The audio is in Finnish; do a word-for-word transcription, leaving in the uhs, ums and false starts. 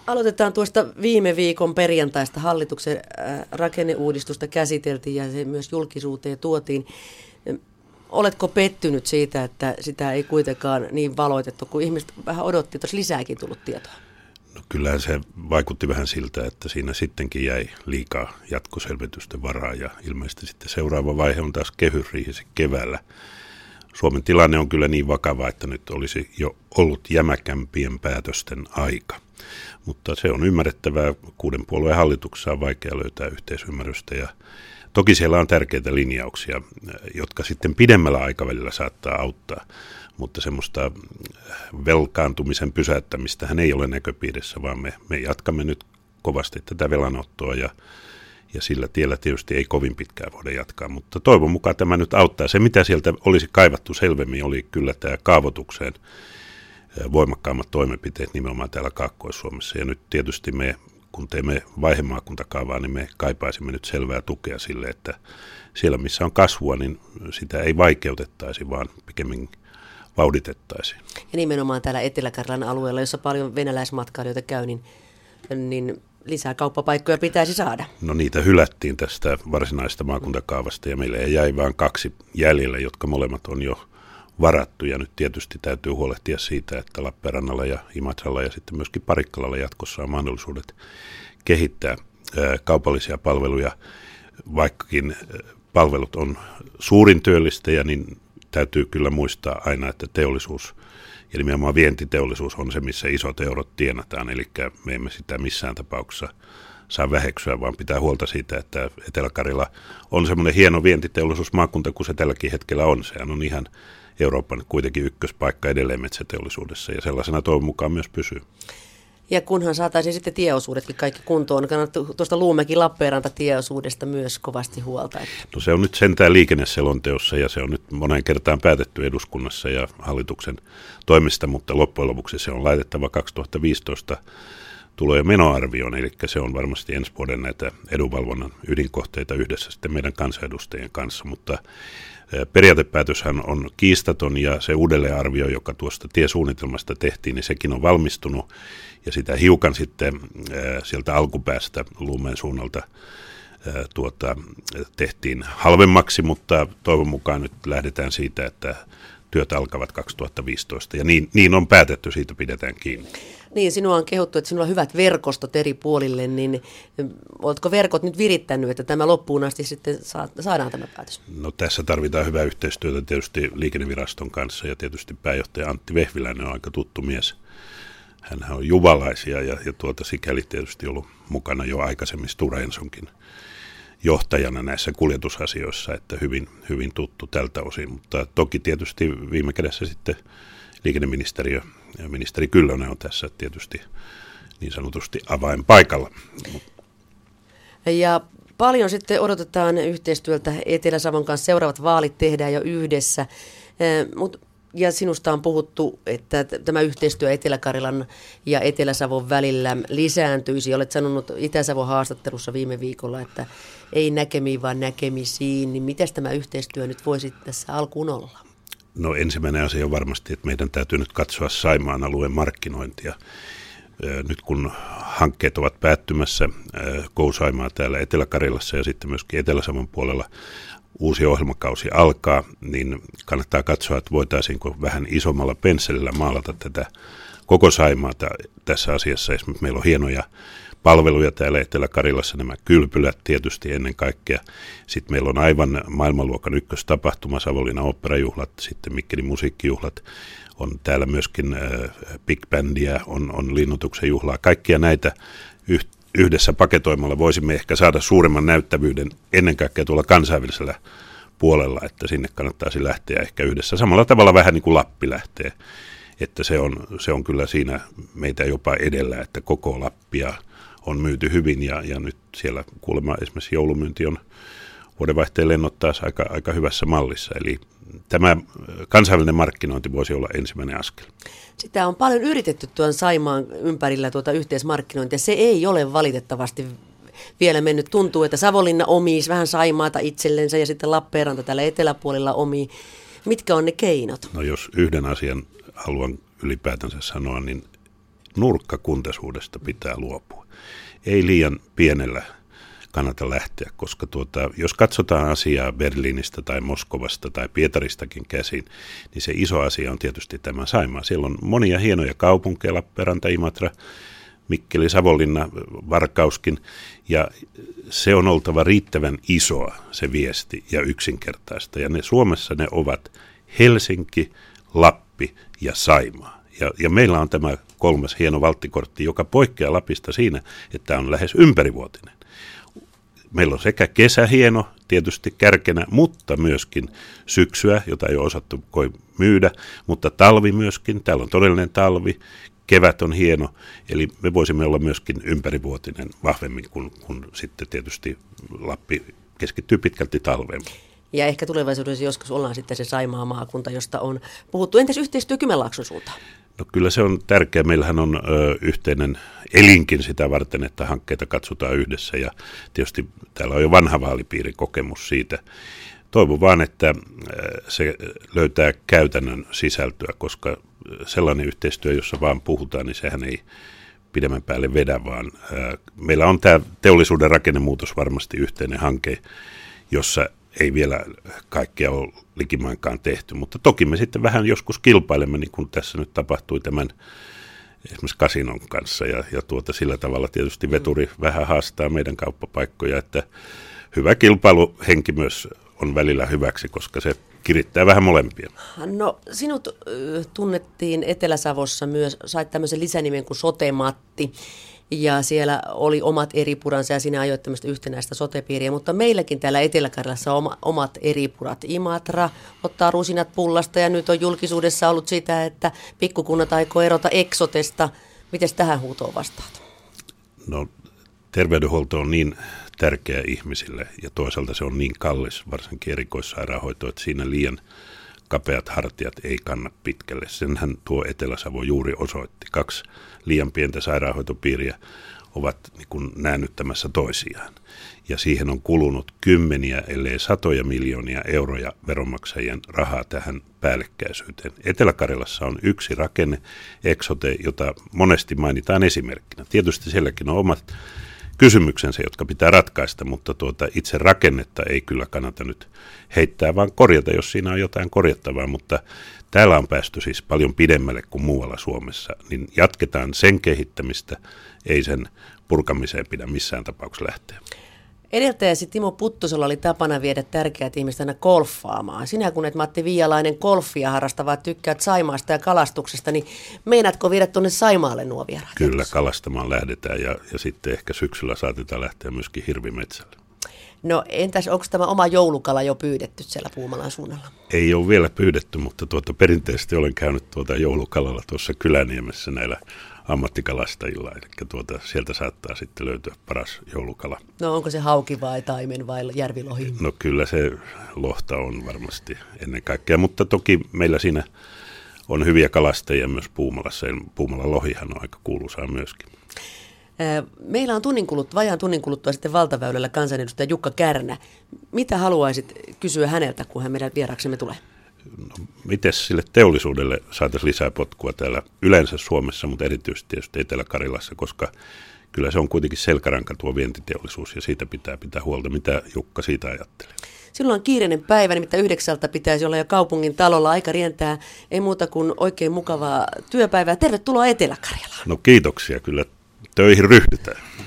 Aloitetaan tuosta viime viikon perjantaista. Hallituksen rakenneuudistusta käsiteltiin ja se myös julkisuuteen tuotiin. Oletko pettynyt siitä, että sitä ei kuitenkaan niin valoitettu, kun ihmiset vähän odotti, että olisi lisääkin tullut tietoa? No kyllähän se vaikutti vähän siltä, että siinä sittenkin jäi liikaa jatkoselvitysten varaa ja ilmeisesti sitten seuraava vaihe on taas kehysriihisi keväällä. Suomen tilanne on kyllä niin vakava, että nyt olisi jo ollut jämäkämpien päätösten aika. Mutta se on ymmärrettävää. Kuuden puolueen hallituksessa on vaikea löytää yhteisymmärrystä ja toki siellä on tärkeitä linjauksia, jotka sitten pidemmällä aikavälillä saattaa auttaa. Mutta semmoista velkaantumisen pysäyttämistähän ei ole näköpiirissä, vaan me, me jatkamme nyt kovasti tätä velanottoa ja, ja sillä tiellä tietysti ei kovin pitkään voida jatkaa. Mutta toivon mukaan tämä nyt auttaa. Se, mitä sieltä olisi kaivattu selvemmin, oli kyllä tämä kaavoitukseen voimakkaammat toimenpiteet nimenomaan täällä Kaakkois-Suomessa. Ja nyt tietysti me, kun teemme vaihemaakuntakaavaa, niin me kaipaisimme nyt selvää tukea sille, että siellä missä on kasvua, niin sitä ei vaikeutettaisi, vaan pikemmin vauhditettaisiin. Ja nimenomaan täällä Etelä-Karjalan alueella, jossa paljon venäläismatkailijoita käy, niin, niin lisää kauppapaikkoja pitäisi saada. No niitä hylättiin tästä varsinaista maakuntakaavasta ja meille jäi vain kaksi jäljellä, jotka molemmat on jo varattu. Ja nyt tietysti täytyy huolehtia siitä, että Lappeenrannalla ja Imatralla ja sitten myöskin Parikkalalla jatkossa on mahdollisuudet kehittää ää, kaupallisia palveluja. Vaikkakin palvelut on suurin työllistäjä, niin täytyy kyllä muistaa aina, että teollisuus ja nimenomaan vientiteollisuus on se, missä isot eurot tienataan. Eli me emme sitä missään tapauksessa saa väheksyä, vaan pitää huolta siitä, että Etelä-Karjala on semmoinen hieno vientiteollisuusmaakunta kuin se tälläkin hetkellä on. Sehän on ihan Euroopan kuitenkin ykköspaikka edelleen metsäteollisuudessa ja sellaisena toivon mukaan myös pysyy. Ja kunhan saataisiin sitten tieosuudetkin kaikki kuntoon, kannattaa tuosta Luumäki-Lappeenranta-tieosuudesta myös kovasti huolta. Että. No se on nyt sentään liikenneselonteossa ja se on nyt moneen kertaan päätetty eduskunnassa ja hallituksen toimesta, mutta loppujen lopuksi se on laitettava kaksituhattaviisitoista tulo- ja menoarvioon, eli se on varmasti ensi vuoden näitä edunvalvonnan ydinkohteita yhdessä sitten meidän kansanedustajien kanssa, mutta periaatepäätöshän on kiistaton ja se uudelleenarvio, joka tuosta tiesuunnitelmasta tehtiin, niin sekin on valmistunut ja sitä hiukan sitten sieltä alkupäästä Luumäen suunnalta tuota, tehtiin halvemmaksi, mutta toivon mukaan nyt lähdetään siitä, että työt alkavat kaksituhattaviisitoista ja niin, niin on päätetty, siitä pidetään kiinni. Niin, sinua on kehuttu, että sinulla on hyvät verkostot eri puolille, niin oletko verkot nyt virittänyt, että tämä loppuun asti sitten saadaan tämä päätös? No tässä tarvitaan hyvää yhteistyötä tietysti Liikenneviraston kanssa ja tietysti pääjohtaja Antti Vehviläinen on aika tuttu mies. Hänhän on juvalaisia ja, ja tuota, sikäli tietysti ollut mukana jo aikaisemmin Stora Ensonkin johtajana näissä kuljetusasioissa, että hyvin, hyvin tuttu tältä osin, mutta toki tietysti viime kädessä sitten liikenneministeriö ja ministeri Kyllönen on tässä tietysti niin sanotusti avainpaikalla. Ja paljon sitten odotetaan yhteistyöltä Etelä-Savon kanssa. Seuraavat vaalit tehdään jo yhdessä, mutta ja sinusta on puhuttu, että tämä yhteistyö Etelä-Karjalan ja Etelä-Savon välillä lisääntyisi. Olet sanonut Itä-Savon haastattelussa viime viikolla, että ei näkemiin, vaan näkemisiin. Niin mitäs tämä yhteistyö nyt voisi tässä alkuun olla? No ensimmäinen asia on varmasti, että meidän täytyy nyt katsoa Saimaan alueen markkinointia. Nyt kun hankkeet ovat päättymässä, Go Saimaa täällä Etelä-Karjalassa ja sitten myöskin Etelä-Savon puolella, uusi ohjelmakausi alkaa, niin kannattaa katsoa, että voitaisiinko vähän isommalla pensselillä maalata tätä koko Saimaata tässä asiassa. Esimerkiksi meillä on hienoja palveluja täällä Etelä-Karjalassa, nämä kylpylät tietysti ennen kaikkea. Sitten meillä on aivan maailmanluokan ykköstapahtuma, Savonlinnan oopperajuhlat, sitten Mikkelin musiikkijuhlat. On täällä myöskin äh, big bandia, on, on linnoituksen juhlaa. Kaikkia näitä yh, yhdessä paketoimalla voisimme ehkä saada suuremman näyttävyyden ennen kaikkea tuolla kansainvälisellä puolella, että sinne kannattaisi lähteä ehkä yhdessä. Samalla tavalla vähän niin kuin Lappi lähtee, että se on, se on kyllä siinä meitä jopa edellä, että koko Lappia on myyty hyvin ja, ja nyt siellä kuulemma esimerkiksi joulumyynti on vuodenvaihteen lennot taas aika, aika hyvässä mallissa. Eli tämä kansainvälinen markkinointi voisi olla ensimmäinen askel. Sitä on paljon yritetty tuon Saimaan ympärillä tuota yhteismarkkinointia. Se ei ole valitettavasti vielä mennyt. Tuntuu, että Savonlinna omii vähän Saimaata itsellensä ja sitten Lappeenranta täällä eteläpuolella omii. Mitkä on ne keinot? No jos yhden asian haluan ylipäätänsä sanoa, niin tällaisesta nurkkakuntaisuudesta pitää luopua. Ei liian pienellä kannata lähteä, koska tuota, jos katsotaan asiaa Berliinistä tai Moskovasta tai Pietaristakin käsin, niin se iso asia on tietysti tämä Saimaa. Siellä on monia hienoja kaupunkeja, Lappeenranta, Imatra, Mikkeli, Savonlinna, Varkauskin, ja se on oltava riittävän isoa se viesti ja yksinkertaista. Ja ne Suomessa ne ovat Helsinki, Lappi ja Saimaa. Ja, ja meillä on tämä kolmas hieno valttikortti, joka poikkeaa Lapista siinä, että on lähes ympärivuotinen. Meillä on sekä kesä hieno, tietysti kärkenä, mutta myöskin syksyä, jota ei ole osattu koi myydä, mutta talvi myöskin, täällä on todellinen talvi, kevät on hieno, eli me voisimme olla myöskin ympärivuotinen vahvemmin, kun, kun sitten tietysti Lappi keskittyy pitkälti talveen. Ja ehkä tulevaisuudessa joskus ollaan sitten se Saimaa maakunta, josta on puhuttu. Entäs yhteistyö Kymenlaakson suuntaan? No kyllä se on tärkeää. Meillähän on ö, yhteinen elinkin sitä varten, että hankkeita katsotaan yhdessä, ja tietysti täällä on jo vanha vaalipiirikokemus siitä. Toivon vaan, että se löytää käytännön sisältöä, koska sellainen yhteistyö, jossa vaan puhutaan, niin sehän ei pidemmän päälle vedä, vaan meillä on tämä teollisuuden rakennemuutos varmasti yhteinen hanke, jossa ei vielä kaikkea ole likimainkaan tehty, mutta toki me sitten vähän joskus kilpailemme, niin kuin tässä nyt tapahtui tämän esimerkiksi kasinon kanssa, ja, ja tuota, sillä tavalla tietysti veturi vähän haastaa meidän kauppapaikkoja, että hyvä kilpailuhenki myös on välillä hyväksi, koska se kirittää vähän molempia. No sinut äh, tunnettiin Etelä-Savossa myös, sait tämmöisen lisänimen kuin Sote-Matti, ja siellä oli omat eripuransa ja sinä ajoit tämmöistä yhtenäistä sote-piiriä, mutta meilläkin täällä Etelä-Karjalassa on omat eripurat. Imatra ottaa rusinat pullasta ja nyt on julkisuudessa ollut sitä, että pikkukunnat aikoo erota Eksotesta. Mites tähän huutoon vastaat? No terveydenhuolto on niin tärkeä ihmisille ja toisaalta se on niin kallis, varsinkin erikoissairaanhoito, että siinä liian kapeat hartiat ei kanna pitkälle. Senhän tuo Etelä-Savo juuri osoitti. Kaksi liian pientä sairaanhoitopiiriä ovat niin kuin näännyttämässä toisiaan. Ja siihen on kulunut kymmeniä, ellei satoja miljoonia euroja veronmaksajien rahaa tähän päällekkäisyyteen. Etelä-Karjalassa on yksi rakenne, Eksote, jota monesti mainitaan esimerkkinä. Tietysti sielläkin on omat kysymyksensä, jotka pitää ratkaista, mutta tuota itse rakennetta ei kyllä kannata nyt heittää, vaan korjata, jos siinä on jotain korjattavaa, mutta täällä on päästy siis paljon pidemmälle kuin muualla Suomessa, niin jatketaan sen kehittämistä, ei sen purkamiseen pidä missään tapauksessa lähteä. Edeltäjäsi Timo Puttusella oli tapana viedä tärkeät ihmiset aina golfaamaan. Sinä kun et Matti Viialainen golfia harrastavaa tykkäät Saimaasta ja kalastuksesta, niin meinaatko viedä tuonne Saimaalle nuo vieraat? Kyllä, kalastamaan lähdetään ja, ja sitten ehkä syksyllä saatetaan lähteä myöskin hirvimetsälle. No entäs onko tämä oma joulukala jo pyydetty siellä Puumalan suunnalla? Ei ole vielä pyydetty, mutta tuota, perinteisesti olen käynyt tuota joulukalalla tuossa Kyläniemessä näillä ammattikalastajilla, eli tuota, sieltä saattaa sitten löytyä paras joulukala. No onko se hauki vai taimen vai järvilohi? No kyllä se lohta on varmasti ennen kaikkea, mutta toki meillä siinä on hyviä kalastajia myös Puumalassa, ja Puumalan lohihan on aika kuuluisaa myöskin. Meillä on tunnin kuluttua, vajaan tunnin kuluttua sitten valtaväylällä kansanedustaja Jukka Kärnä. Mitä haluaisit kysyä häneltä, kun hän meidän vieraksemme tulee? No, miten sille teollisuudelle saataisiin lisää potkua täällä yleensä Suomessa, mutta erityisesti tietysti Etelä-Karjalassa, koska kyllä se on kuitenkin selkäranka tuo vientiteollisuus ja siitä pitää pitää huolta. Mitä Jukka siitä ajattelee? Silloin on kiireinen päivä, nimittäin yhdeksältä pitäisi olla jo kaupungin talolla. Aika rientää, ei muuta kuin oikein mukavaa työpäivää. Tervetuloa Etelä-Karjalaan. No kiitoksia, kyllä töihin ryhdytään.